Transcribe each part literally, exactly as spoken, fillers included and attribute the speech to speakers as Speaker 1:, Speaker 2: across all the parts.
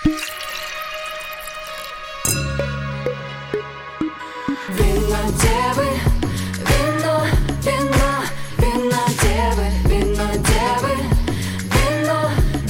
Speaker 1: Винодевы, вино, вино, винодевы, винодевы, вино,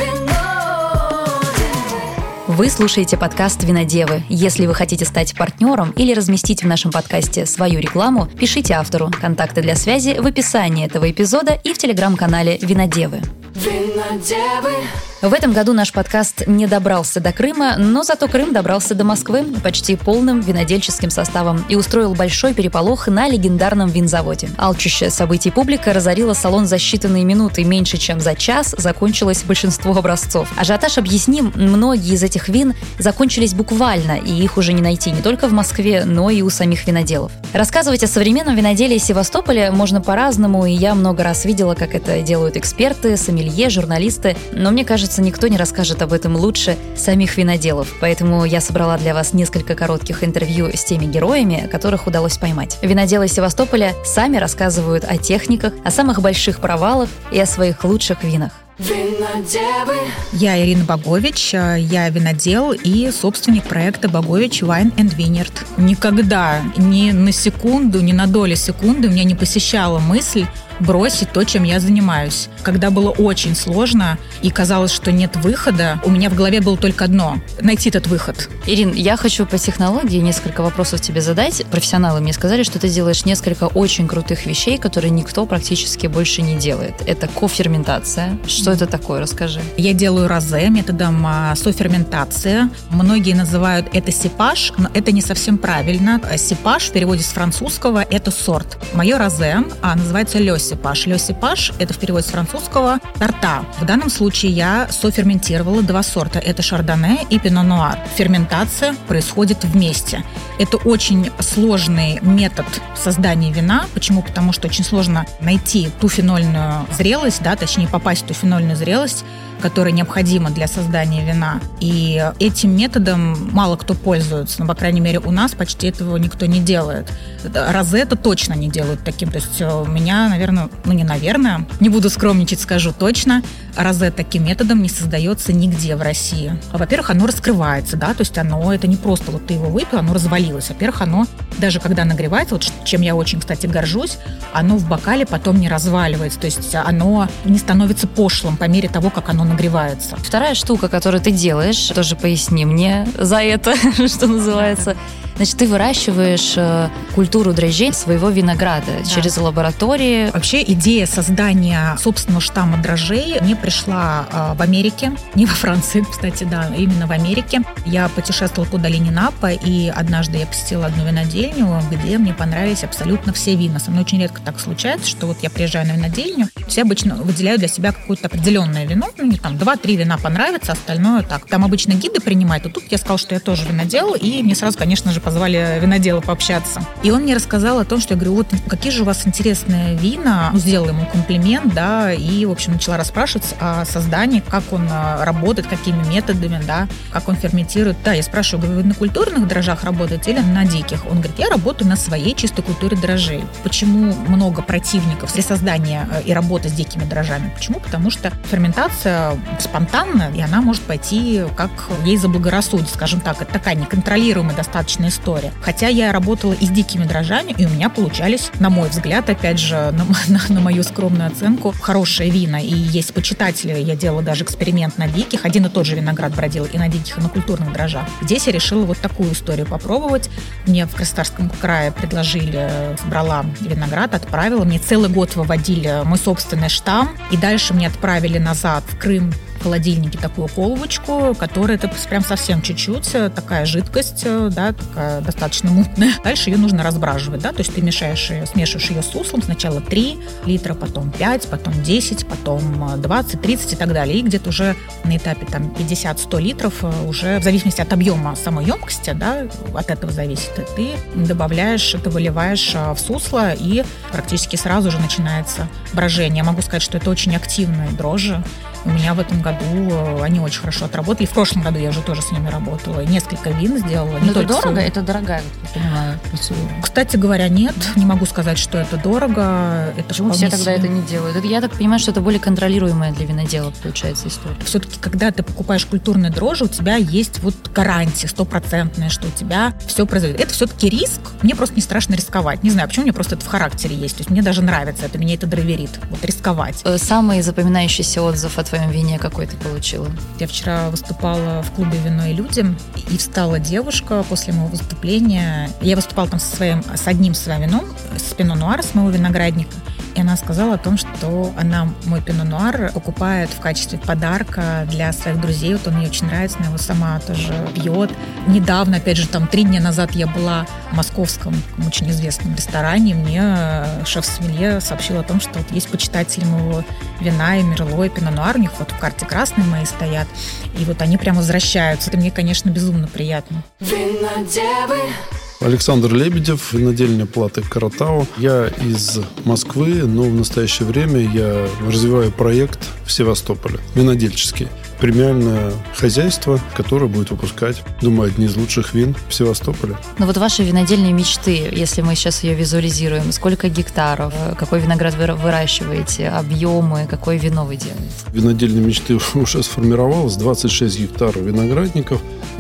Speaker 1: винодевы.
Speaker 2: Вы слушаете подкаст «Винодевы». Если вы хотите стать партнером или разместить в нашем подкасте свою рекламу, пишите автору. Контакты для связи в описании этого эпизода и в телеграм-канале «Винодевы».
Speaker 1: Винодевы.
Speaker 2: В этом году наш подкаст не добрался до Крыма, но зато Крым добрался до Москвы почти полным винодельческим составом и устроил большой переполох на легендарном винзаводе. Алчущая событий публика разорила салон за считанные минуты. Меньше чем за час закончилось большинство образцов. Ажиотаж объясним, многие из этих вин закончились буквально, и их уже не найти не только в Москве, но и у самих виноделов. Рассказывать о современном виноделии Севастополя можно по-разному, и я много раз видела, как это делают эксперты, сомелье, журналисты, но мне кажется, никто не расскажет об этом лучше самих виноделов, поэтому я собрала для вас несколько коротких интервью с теми героями, которых удалось поймать. Виноделы Севастополя сами рассказывают о техниках, о самых больших провалах и о своих лучших винах.
Speaker 1: Винодевы.
Speaker 3: Я Ирина Богович, я винодел и собственник проекта Богович Wine and Vineyard. Никогда, ни на секунду, ни на долю секунды меня не посещала мысль бросить то, чем я занимаюсь. Когда было очень сложно и казалось, что нет выхода, у меня в голове было только одно – найти этот выход.
Speaker 2: Ирин, я хочу по технологии несколько вопросов тебе задать. Профессионалы мне сказали, что ты делаешь несколько очень крутых вещей, которые никто практически больше не делает. Это коферментация. Что это такое? Расскажи.
Speaker 3: Я делаю розе методом соферментации. Многие называют это сепаж, но это не совсем правильно. Сепаж в переводе с французского – это сорт. Мое розе называется ле сепаж. Ле сепаж – это в переводе с французского торта. В данном случае я соферментировала два сорта. Это шардоне и пино нуар. Ферментация происходит вместе. Это очень сложный метод создания вина. Почему? Потому что очень сложно найти ту фенольную зрелость, да, точнее попасть в ту фенольную зрелость, которая необходима для создания вина. И этим методом мало кто пользуется. Но, по крайней мере, у нас почти этого никто не делает. Розе это точно не делают таким. То есть у меня, наверное, ну не наверное, не буду скромничать, скажу точно, розе таким методом не создается нигде в России. Во-первых, оно раскрывается, да, то есть оно, это не просто вот ты его выпил, оно развалилось. Во-первых, оно, даже когда нагревается, вот чем я очень, кстати, горжусь, оно в бокале потом не разваливается. То есть оно не становится пошлым по мере того, как оно нагревается.
Speaker 2: Вторая штука, которую ты делаешь, тоже поясни мне за это, что называется. Значит, ты выращиваешь э, культуру дрожжей своего винограда да. через лаборатории.
Speaker 3: Вообще идея создания собственного штамма дрожжей мне пришла э, в Америке, не во Франции, кстати, да, именно в Америке. Я путешествовала по долине Напа, и однажды я посетила одну винодельню, где мне понравились абсолютно все вина. Со мной очень редко так случается, что вот я приезжаю на винодельню, все обычно выделяют для себя какое-то определенное вино, ну, мне там два-три вина понравится, остальное так. Там обычно гиды принимают, а тут я сказала, что я тоже винодел, и мне сразу, конечно же, позвали винодела пообщаться. И он мне рассказал о том, что я говорю, вот какие же у вас интересные вина. Ну, сделала ему комплимент, да, и, в общем, начала расспрашивать о создании, как он работает, какими методами, да, как он ферментирует. Да, я спрашиваю, говорю, вы на культурных дрожжах работаете или на диких? Он говорит, я работаю на своей чистой культуре дрожжей. Почему много противников при создании и работе с дикими дрожжами? Почему? Потому что ферментация спонтанная, и она может пойти, как ей заблагорассудит, скажем так. Это такая неконтролируемая достаточно история. Хотя я работала и с дикими дрожжами, и у меня получались, на мой взгляд, опять же, на, на, на мою скромную оценку, хорошие вина. И есть почитатели, я делала даже эксперимент на диких, один и тот же виноград бродил и на диких, и на культурных дрожжах. Здесь я решила вот такую историю попробовать. Мне в Краснодарском крае предложили, собрала виноград, отправила. Мне целый год выводили мой собственный штамм, и дальше мне отправили назад в Крым в холодильнике такую колбочку, которая это прям совсем чуть-чуть, такая жидкость, да, такая достаточно мутная. Дальше ее нужно разбраживать, да, то есть ты мешаешь ее, смешиваешь ее с суслом, сначала три литра, потом пять, потом десять, потом двадцать, тридцать и так далее. И где-то уже на этапе там пятьдесят-сто литров уже в зависимости от объема самой емкости, да, от этого зависит, ты добавляешь это, выливаешь в сусло, и практически сразу же начинается брожение. Я могу сказать, что это очень активные дрожжи. У меня в этом году они очень хорошо отработали. В прошлом году я уже тоже с ними работала. Несколько вин сделала.
Speaker 2: Но это дорого? Это дорогая, я понимаю, процедура.
Speaker 3: Кстати говоря, нет. Не могу сказать, что это дорого. Это
Speaker 2: Почему все тогда это не делают? Я так понимаю, что это более контролируемая для виноделов, получается, история.
Speaker 3: Все-таки, когда ты покупаешь культурные дрожжи, у тебя есть вот гарантия стопроцентная, что у тебя все произойдет. Это все-таки риск. Мне просто не страшно рисковать. Не знаю, почему, мне просто это в характере есть. То есть мне даже нравится это, меня это драйверит. Вот рисковать.
Speaker 2: Самый запоминающийся отзыв о твоем вине какой ты получила?
Speaker 3: Я вчера выступала в клубе «Вино и люди», и встала девушка после моего выступления. Я выступала там со, своим, с одним своим вином, с пино-нуар, с моего виноградника. И она сказала о том, что она мой пино-нуар покупает в качестве подарка для своих друзей. Вот он ей очень нравится, она его сама тоже пьет. Недавно, опять же, там три дня назад я была в московском очень известном ресторане. Мне шеф-сомелье сообщил о том, что вот есть почитатели моего вина и мерло, и пино-нуар. У них вот в карте красные мои стоят. И вот они прям возвращаются. Это мне, конечно, безумно приятно.
Speaker 1: Винодевы.
Speaker 4: Александр Лебедев, винодельня Платы Каратау. Я из Москвы, но в настоящее время я развиваю проект в Севастополе, винодельческий. Премиальное хозяйство, которое будет выпускать, думаю, одни из лучших вин в Севастополе.
Speaker 2: Ну вот ваши винодельные мечты, если мы сейчас ее визуализируем, сколько гектаров, какой виноград вы выращиваете, объемы, какое вино вы делаете?
Speaker 4: Винодельные мечты уже сформировалось, двадцать шесть гектаров виноградников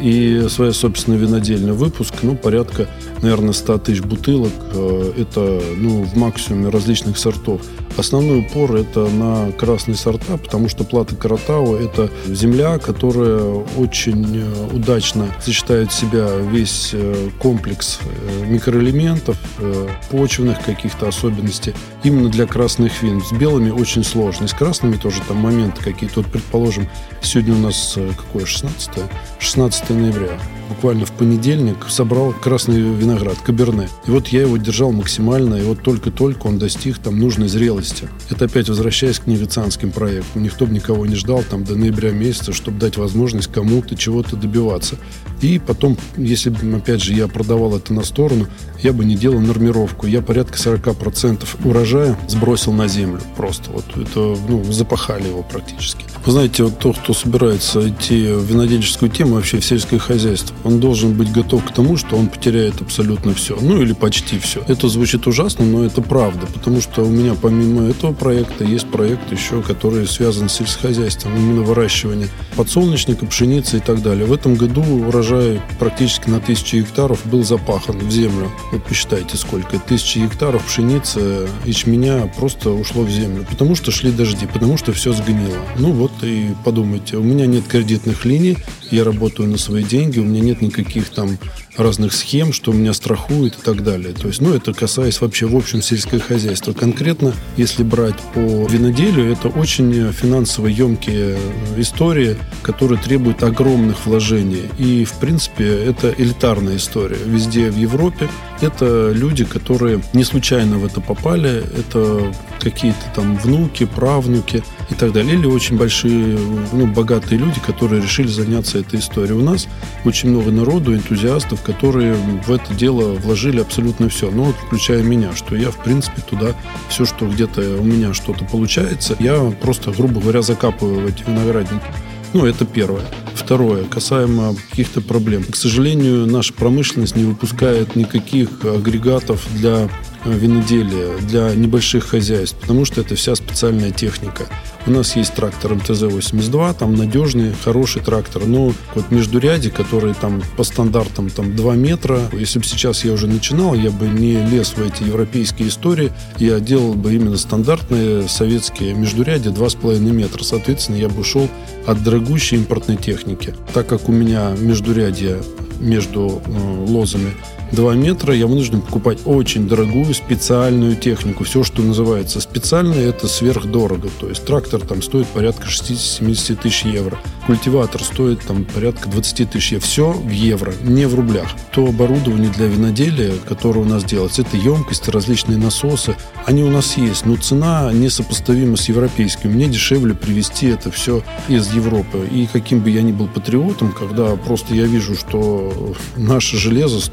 Speaker 4: и своя собственная винодельня. Выпуск, ну, порядка, наверное, сто тысяч бутылок. Это, ну, в максимуме различных сортов. Основной упор это на красные сорта, потому что Плата Каратау – это земля, которая очень удачно сочетает в себя весь комплекс микроэлементов, почвенных каких-то особенностей именно для красных вин. С белыми очень сложно. И с красными тоже там моменты какие-то. Вот, предположим, сегодня у нас какое шестнадцатое? шестнадцатое ноября. Буквально в понедельник собрал красный виноград, каберне. И вот я его держал максимально, и вот только-только он достиг там нужной зрелости. Это опять возвращаясь к негацианским проектам. Никто бы никого не ждал там до ноября месяца, чтобы дать возможность кому-то чего-то добиваться. И потом, если бы, опять же, я продавал это на сторону, я бы не делал нормировку. Я порядка сорок процентов урожая сбросил на землю. Просто вот это, ну, запахали его практически. Вы знаете, вот тот, кто собирается идти в винодельческую тему, вообще в сельское хозяйство, он должен быть готов к тому, что он потеряет абсолютно все. Ну, или почти все. Это звучит ужасно, но это правда. Потому что у меня помимо этого проекта есть проект еще, который связан с сельскохозяйством. Именно выращивание подсолнечника, пшеницы и так далее. В этом году урожай практически на тысячу гектаров был запахан в землю. Вот посчитайте, сколько. Тысячи гектаров пшеницы, ячменя просто ушло в землю. Потому что шли дожди, потому что все сгнило. Ну вот и подумайте, у меня нет кредитных линий, я работаю на свои деньги, у меня нет никаких там разных схем, что меня страхуют и так далее. То есть, ну, это касаясь вообще в общем сельское хозяйство. Конкретно, если брать по виноделию, это очень финансово емкие истории, которые требуют огромных вложений. И, в принципе, это элитарная история. Везде в Европе это люди, которые не случайно в это попали. Это какие-то там внуки, правнуки и так далее. Или очень большие, ну, богатые люди, которые решили заняться этой историей. У нас очень много народу, энтузиастов, которые в это дело вложили абсолютно все. Ну, вот, включая меня, что я, в принципе, туда все, что где-то у меня что-то получается, я просто, грубо говоря, закапываю в эти виноградники. Ну, это первое. Второе, касаемо каких-то проблем. К сожалению, наша промышленность не выпускает никаких агрегатов для виноделия, для небольших хозяйств, потому что это вся специальная техника. У нас есть трактор эм тэ зэ восемьдесят два, там надежный, хороший трактор, но вот междуряди, которые там по стандартам там два метра, если бы сейчас я уже начинал, я бы не лез в эти европейские истории, я делал бы именно стандартные советские междуряди два с половиной метра, соответственно, я бы ушел от дорогущей импортной техники. Так как у меня междурядье между э, лозами два метра, я вынужден покупать очень дорогую специальную технику. Все, что называется специальное, это сверхдорого. То есть трактор там стоит порядка шестьдесят-семьдесят тысяч евро. Культиватор стоит там порядка двадцать тысяч евро. Все в евро, не в рублях. То оборудование для виноделия, которое у нас делается, это емкости, различные насосы. Они у нас есть, но цена несопоставима с европейской. Мне дешевле привезти это все из Европы. И каким бы я ни был патриотом, когда просто я вижу, что наше железо стоит там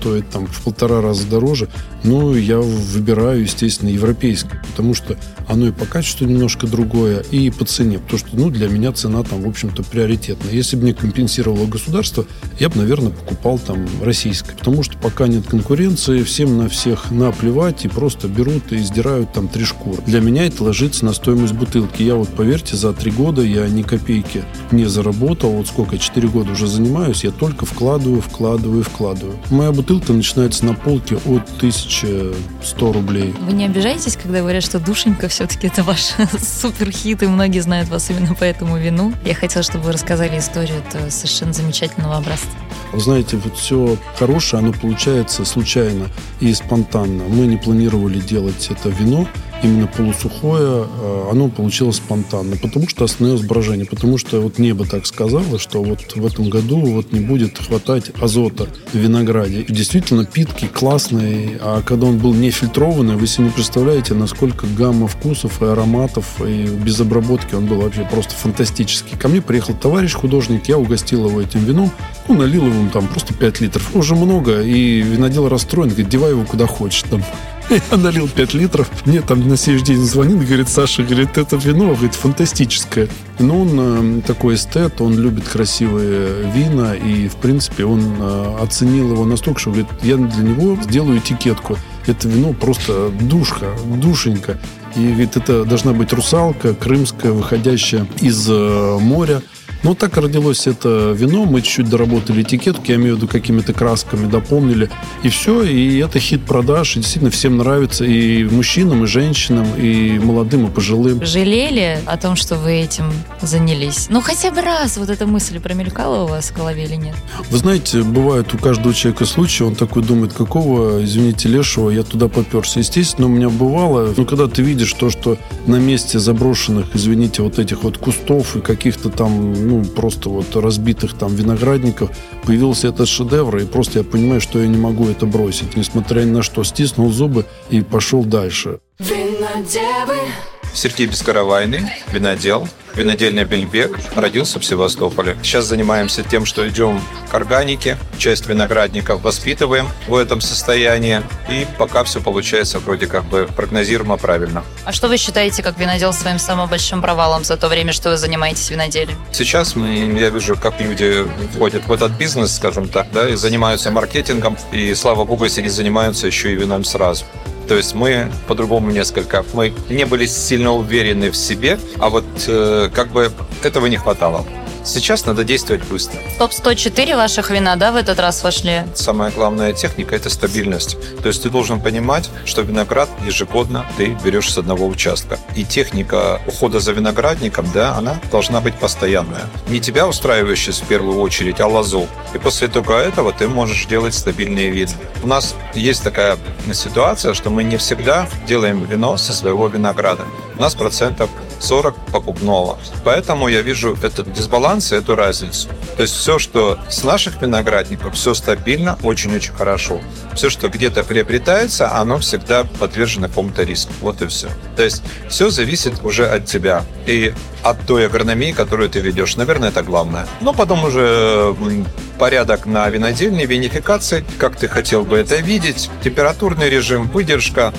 Speaker 4: там в полтора раза дороже, ну, я выбираю, естественно, европейское, потому что оно и по качеству немножко другое, и по цене, потому что, ну, для меня цена там, в общем-то, приоритетная. Если бы мне компенсировало государство, я бы, наверное, покупал там российское, потому что пока нет конкуренции, всем на всех наплевать, и просто берут и издирают там три шкуры. Для меня это ложится на стоимость бутылки. Я вот, поверьте, за три года я ни копейки не заработал. Вот сколько, четыре года уже занимаюсь, я только вкладываю, вкладываю, вкладываю. Моя бутылка начинается на полке от тысячи сто рублей.
Speaker 2: Вы не обижаетесь, когда говорят, что «Душенька» все-таки это ваш суперхит, и многие знают вас именно по этому вину? Я хотела, чтобы вы рассказали историю этого совершенно замечательного образца.
Speaker 4: Вы знаете, вот все хорошее, оно получается случайно и спонтанно. Мы не планировали делать это вино, именно полусухое, оно получилось спонтанно, потому что остановилось брожение, потому что вот небо так сказало, что вот в этом году вот не будет хватать азота в винограде. И действительно, питкий, классный, а когда он был не фильтрованный, вы себе не представляете, насколько гамма вкусов и ароматов, и без обработки он был вообще просто фантастический. Ко мне приехал товарищ художник, я угостил его этим вином, ну, налил ему там просто пять литров, уже много, и винодел расстроен, говорит, девай его куда хочешь там. Я налил пять литров. Мне там на следующий день звонит, говорит, Саша, говорит, это вино, говорит, фантастическое. Но он э, такой эстет, он любит красивые вина, и, в принципе, он э, оценил его настолько, что, говорит, я для него сделаю этикетку. Это вино просто душка, душенька. И, говорит, это должна быть русалка крымская, выходящая из э, моря. Ну, так родилось это вино. Мы чуть-чуть доработали этикетку, я имею в виду, какими-то красками дополнили. И все. И это хит продаж. И действительно всем нравится. И мужчинам, и женщинам, и молодым, и пожилым.
Speaker 2: Жалели о том, что вы этим занялись? Ну, хотя бы раз вот эта мысль промелькала у вас в голове или нет?
Speaker 4: Вы знаете, бывает у каждого человека случай, он такой думает, какого, извините, лешего я туда поперся. Естественно, у меня бывало, ну, когда ты видишь то, что на месте заброшенных, извините, вот этих вот кустов и каких-то там, ну, просто вот разбитых там виноградников появился этот шедевр, и просто я понимаю, что я не могу это бросить, несмотря ни на что. Стиснул зубы и пошел дальше.
Speaker 1: Винодевы.
Speaker 5: Сергей Бескаравайный, винодел, винодельня Бельбек, родился в Севастополе. Сейчас занимаемся тем, что идем к органике, часть виноградников воспитываем в этом состоянии, и пока все получается вроде как бы прогнозируемо правильно.
Speaker 2: А что вы считаете, как винодел, своим самым большим провалом за то время, что вы занимаетесь виноделием?
Speaker 5: Сейчас мы, я вижу, как люди входят в этот бизнес, скажем так, да, и занимаются маркетингом, и, слава богу, если не занимаются еще и вином сразу. То есть мы по-другому несколько, мы не были сильно уверены в себе, а вот э, как бы этого не хватало. Сейчас надо действовать быстро.
Speaker 2: топ сто четыре ваших вина, да, в этот раз вошли?
Speaker 5: Самая главная техника – это стабильность. То есть ты должен понимать, что виноград ежегодно ты берешь с одного участка. И техника ухода за виноградником, да, она должна быть постоянная. Не тебя устраивающая в первую очередь, а лозу. И после только этого ты можешь делать стабильные вина. У нас есть такая ситуация, что мы не всегда делаем вино со своего винограда. У нас процентов сорок покупного. Поэтому я вижу этот дисбаланс и эту разницу. То есть все, что с наших виноградников, все стабильно, очень-очень хорошо. Все, что где-то приобретается, оно всегда подвержено какому-то риску. Вот и все. То есть все зависит уже от тебя и от той агрономии, которую ты ведешь. Наверное, это главное. Но потом уже порядок на винодельне, винификации, как ты хотел бы это видеть, температурный режим, выдержка,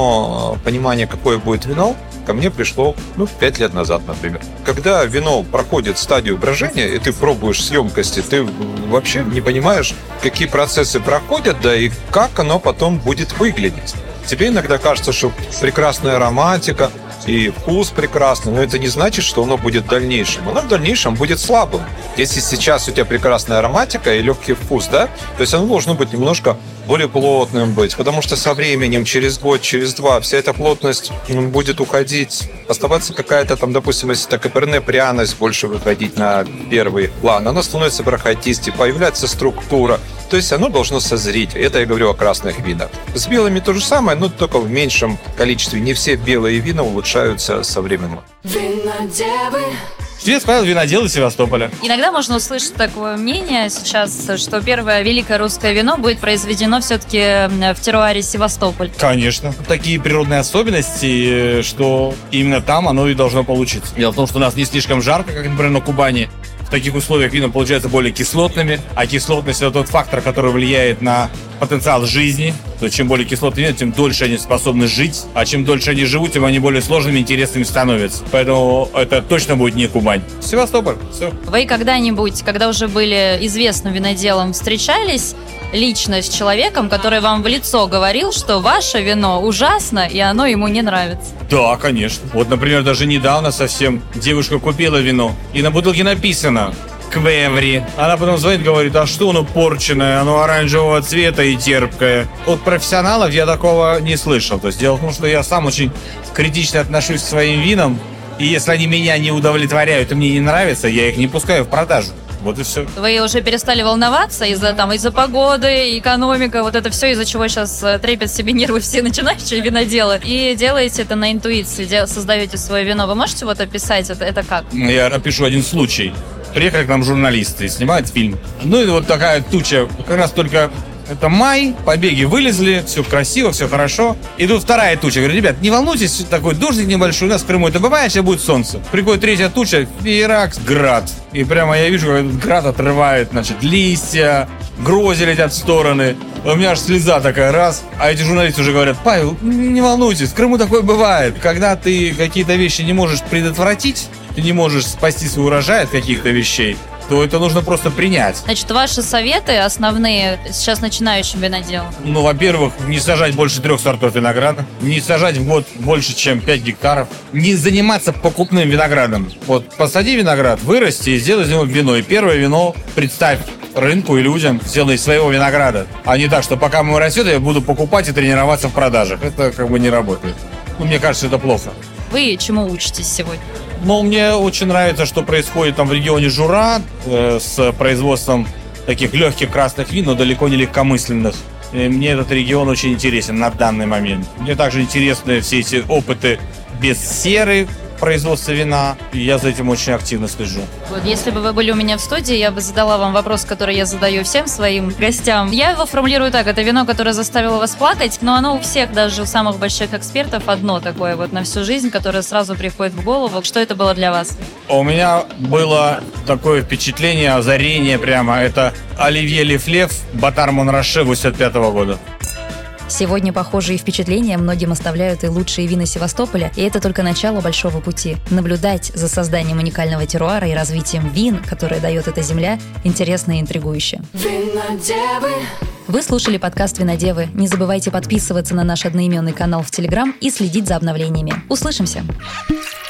Speaker 5: но понимание, какое будет вино, ко мне пришло, ну, пять лет назад, например. Когда вино проходит стадию брожения, и ты пробуешь с емкости, ты вообще не понимаешь, какие процессы проходят, да и как оно потом будет выглядеть. Тебе иногда кажется, что прекрасная ароматика и вкус прекрасный, но это не значит, что оно будет в дальнейшем. Оно в дальнейшем будет слабым. Если сейчас у тебя прекрасная ароматика и легкий вкус, да, то есть оно должно быть немножко более плотным быть, потому что со временем, через год, через два, вся эта плотность будет уходить. Оставаться какая-то там, допустим, если это каберне, пряность больше выходить на первый план. Оно становится бархатистее, появляется структура. То есть оно должно созреть. Это я говорю о красных винах. С белыми то же самое, но только в меньшем количестве. Не все белые вина улучшаются со временем.
Speaker 1: Винодевы.
Speaker 6: Привет, Павел, винодел из Севастополя.
Speaker 2: Иногда можно услышать такое мнение сейчас, что первое великое русское вино будет произведено все-таки в теруаре Севастополь.
Speaker 6: Конечно. Такие природные особенности, что именно там оно и должно получиться. Дело в том, что у нас не слишком жарко, как, например, на Кубани. В таких условиях вина получаются более кислотными, а кислотность – это тот фактор, который влияет на потенциал жизни. То есть чем более кислотные вина, тем дольше они способны жить, а чем дольше они живут, тем они более сложными и интересными становятся. Поэтому это точно будет не Кубань. Севастополь. Все.
Speaker 2: Вы когда-нибудь, когда уже были известным виноделом, встречались лично с человеком, который вам в лицо говорил, что ваше вино ужасно и оно ему не нравится?
Speaker 6: Да, конечно. Вот, например, даже недавно совсем девушка купила вино, и на бутылке написано «Квеври». Она потом звонит, говорит: а что оно порченое, оно оранжевого цвета и терпкое. От профессионалов я такого не слышал. То есть дело в том, что я сам очень критично отношусь к своим винам, и если они меня не удовлетворяют и мне не нравятся, я их не пускаю в продажу. Вот и все.
Speaker 2: Вы уже перестали волноваться из-за там из-за погоды, экономика, вот это все, из-за чего сейчас трепят себе нервы все начинающие виноделы, и делаете это на интуиции, дел, создаете свое вино. Вы можете вот описать это, это как?
Speaker 6: Я опишу один случай. Приехали к нам журналисты, снимают фильм. Ну и вот такая туча, как раз только это май, побеги вылезли, все красиво, все хорошо. И тут вторая туча. Говорю: ребят, не волнуйтесь, такой дождик небольшой, у нас в Крыму это бывает, сейчас будет солнце. Приходит третья туча, фейеракс, град. И прямо я вижу, как этот град отрывает, значит, листья, грози летят в стороны. У меня аж слеза такая, раз. А эти журналисты уже говорят: Павел, не волнуйтесь, в Крыму такое бывает. Когда ты какие-то вещи не можешь предотвратить, ты не можешь спасти свой урожай от каких-то вещей, то это нужно просто принять.
Speaker 2: Значит, ваши советы основные сейчас начинающим виноделам?
Speaker 6: Ну, во-первых, не сажать больше трех сортов винограда, не сажать в год больше, чем пять гектаров, не заниматься покупным виноградом. Вот посади виноград, вырасти и сделай из него вино. И первое вино представь рынку и людям, сделай из своего винограда. А не так, что пока мой растет, я буду покупать и тренироваться в продажах. Это как бы не работает. Ну, мне кажется, это плохо.
Speaker 2: Вы чему учитесь сегодня?
Speaker 6: Ну, мне очень нравится, что происходит там в регионе Жура э, с производством таких легких красных вин, но далеко не легкомысленных. И мне этот регион очень интересен на данный момент. Мне также интересны все эти опыты без серы производства вина, и я за этим очень активно слежу.
Speaker 2: Вот если бы вы были у меня в студии, я бы задала вам вопрос, который я задаю всем своим гостям. Я его формулирую так: это вино, которое заставило вас плакать, но оно у всех, даже у самых больших экспертов, одно такое вот на всю жизнь, которое сразу приходит в голову. Что это было для вас?
Speaker 6: У меня было такое впечатление, озарение прямо. Это Оливье Лефлев, Батар Монраше восемьдесят пятого года.
Speaker 2: Сегодня похожие впечатления многим оставляют и лучшие вина Севастополя, и это только начало большого пути. Наблюдать за созданием уникального терруара и развитием вин, которые дает эта земля, интересно и интригующе.
Speaker 1: Винодевы.
Speaker 2: Вы слушали подкаст «Винодевы». Не забывайте подписываться на наш одноименный канал в Телеграм и следить за обновлениями. Услышимся!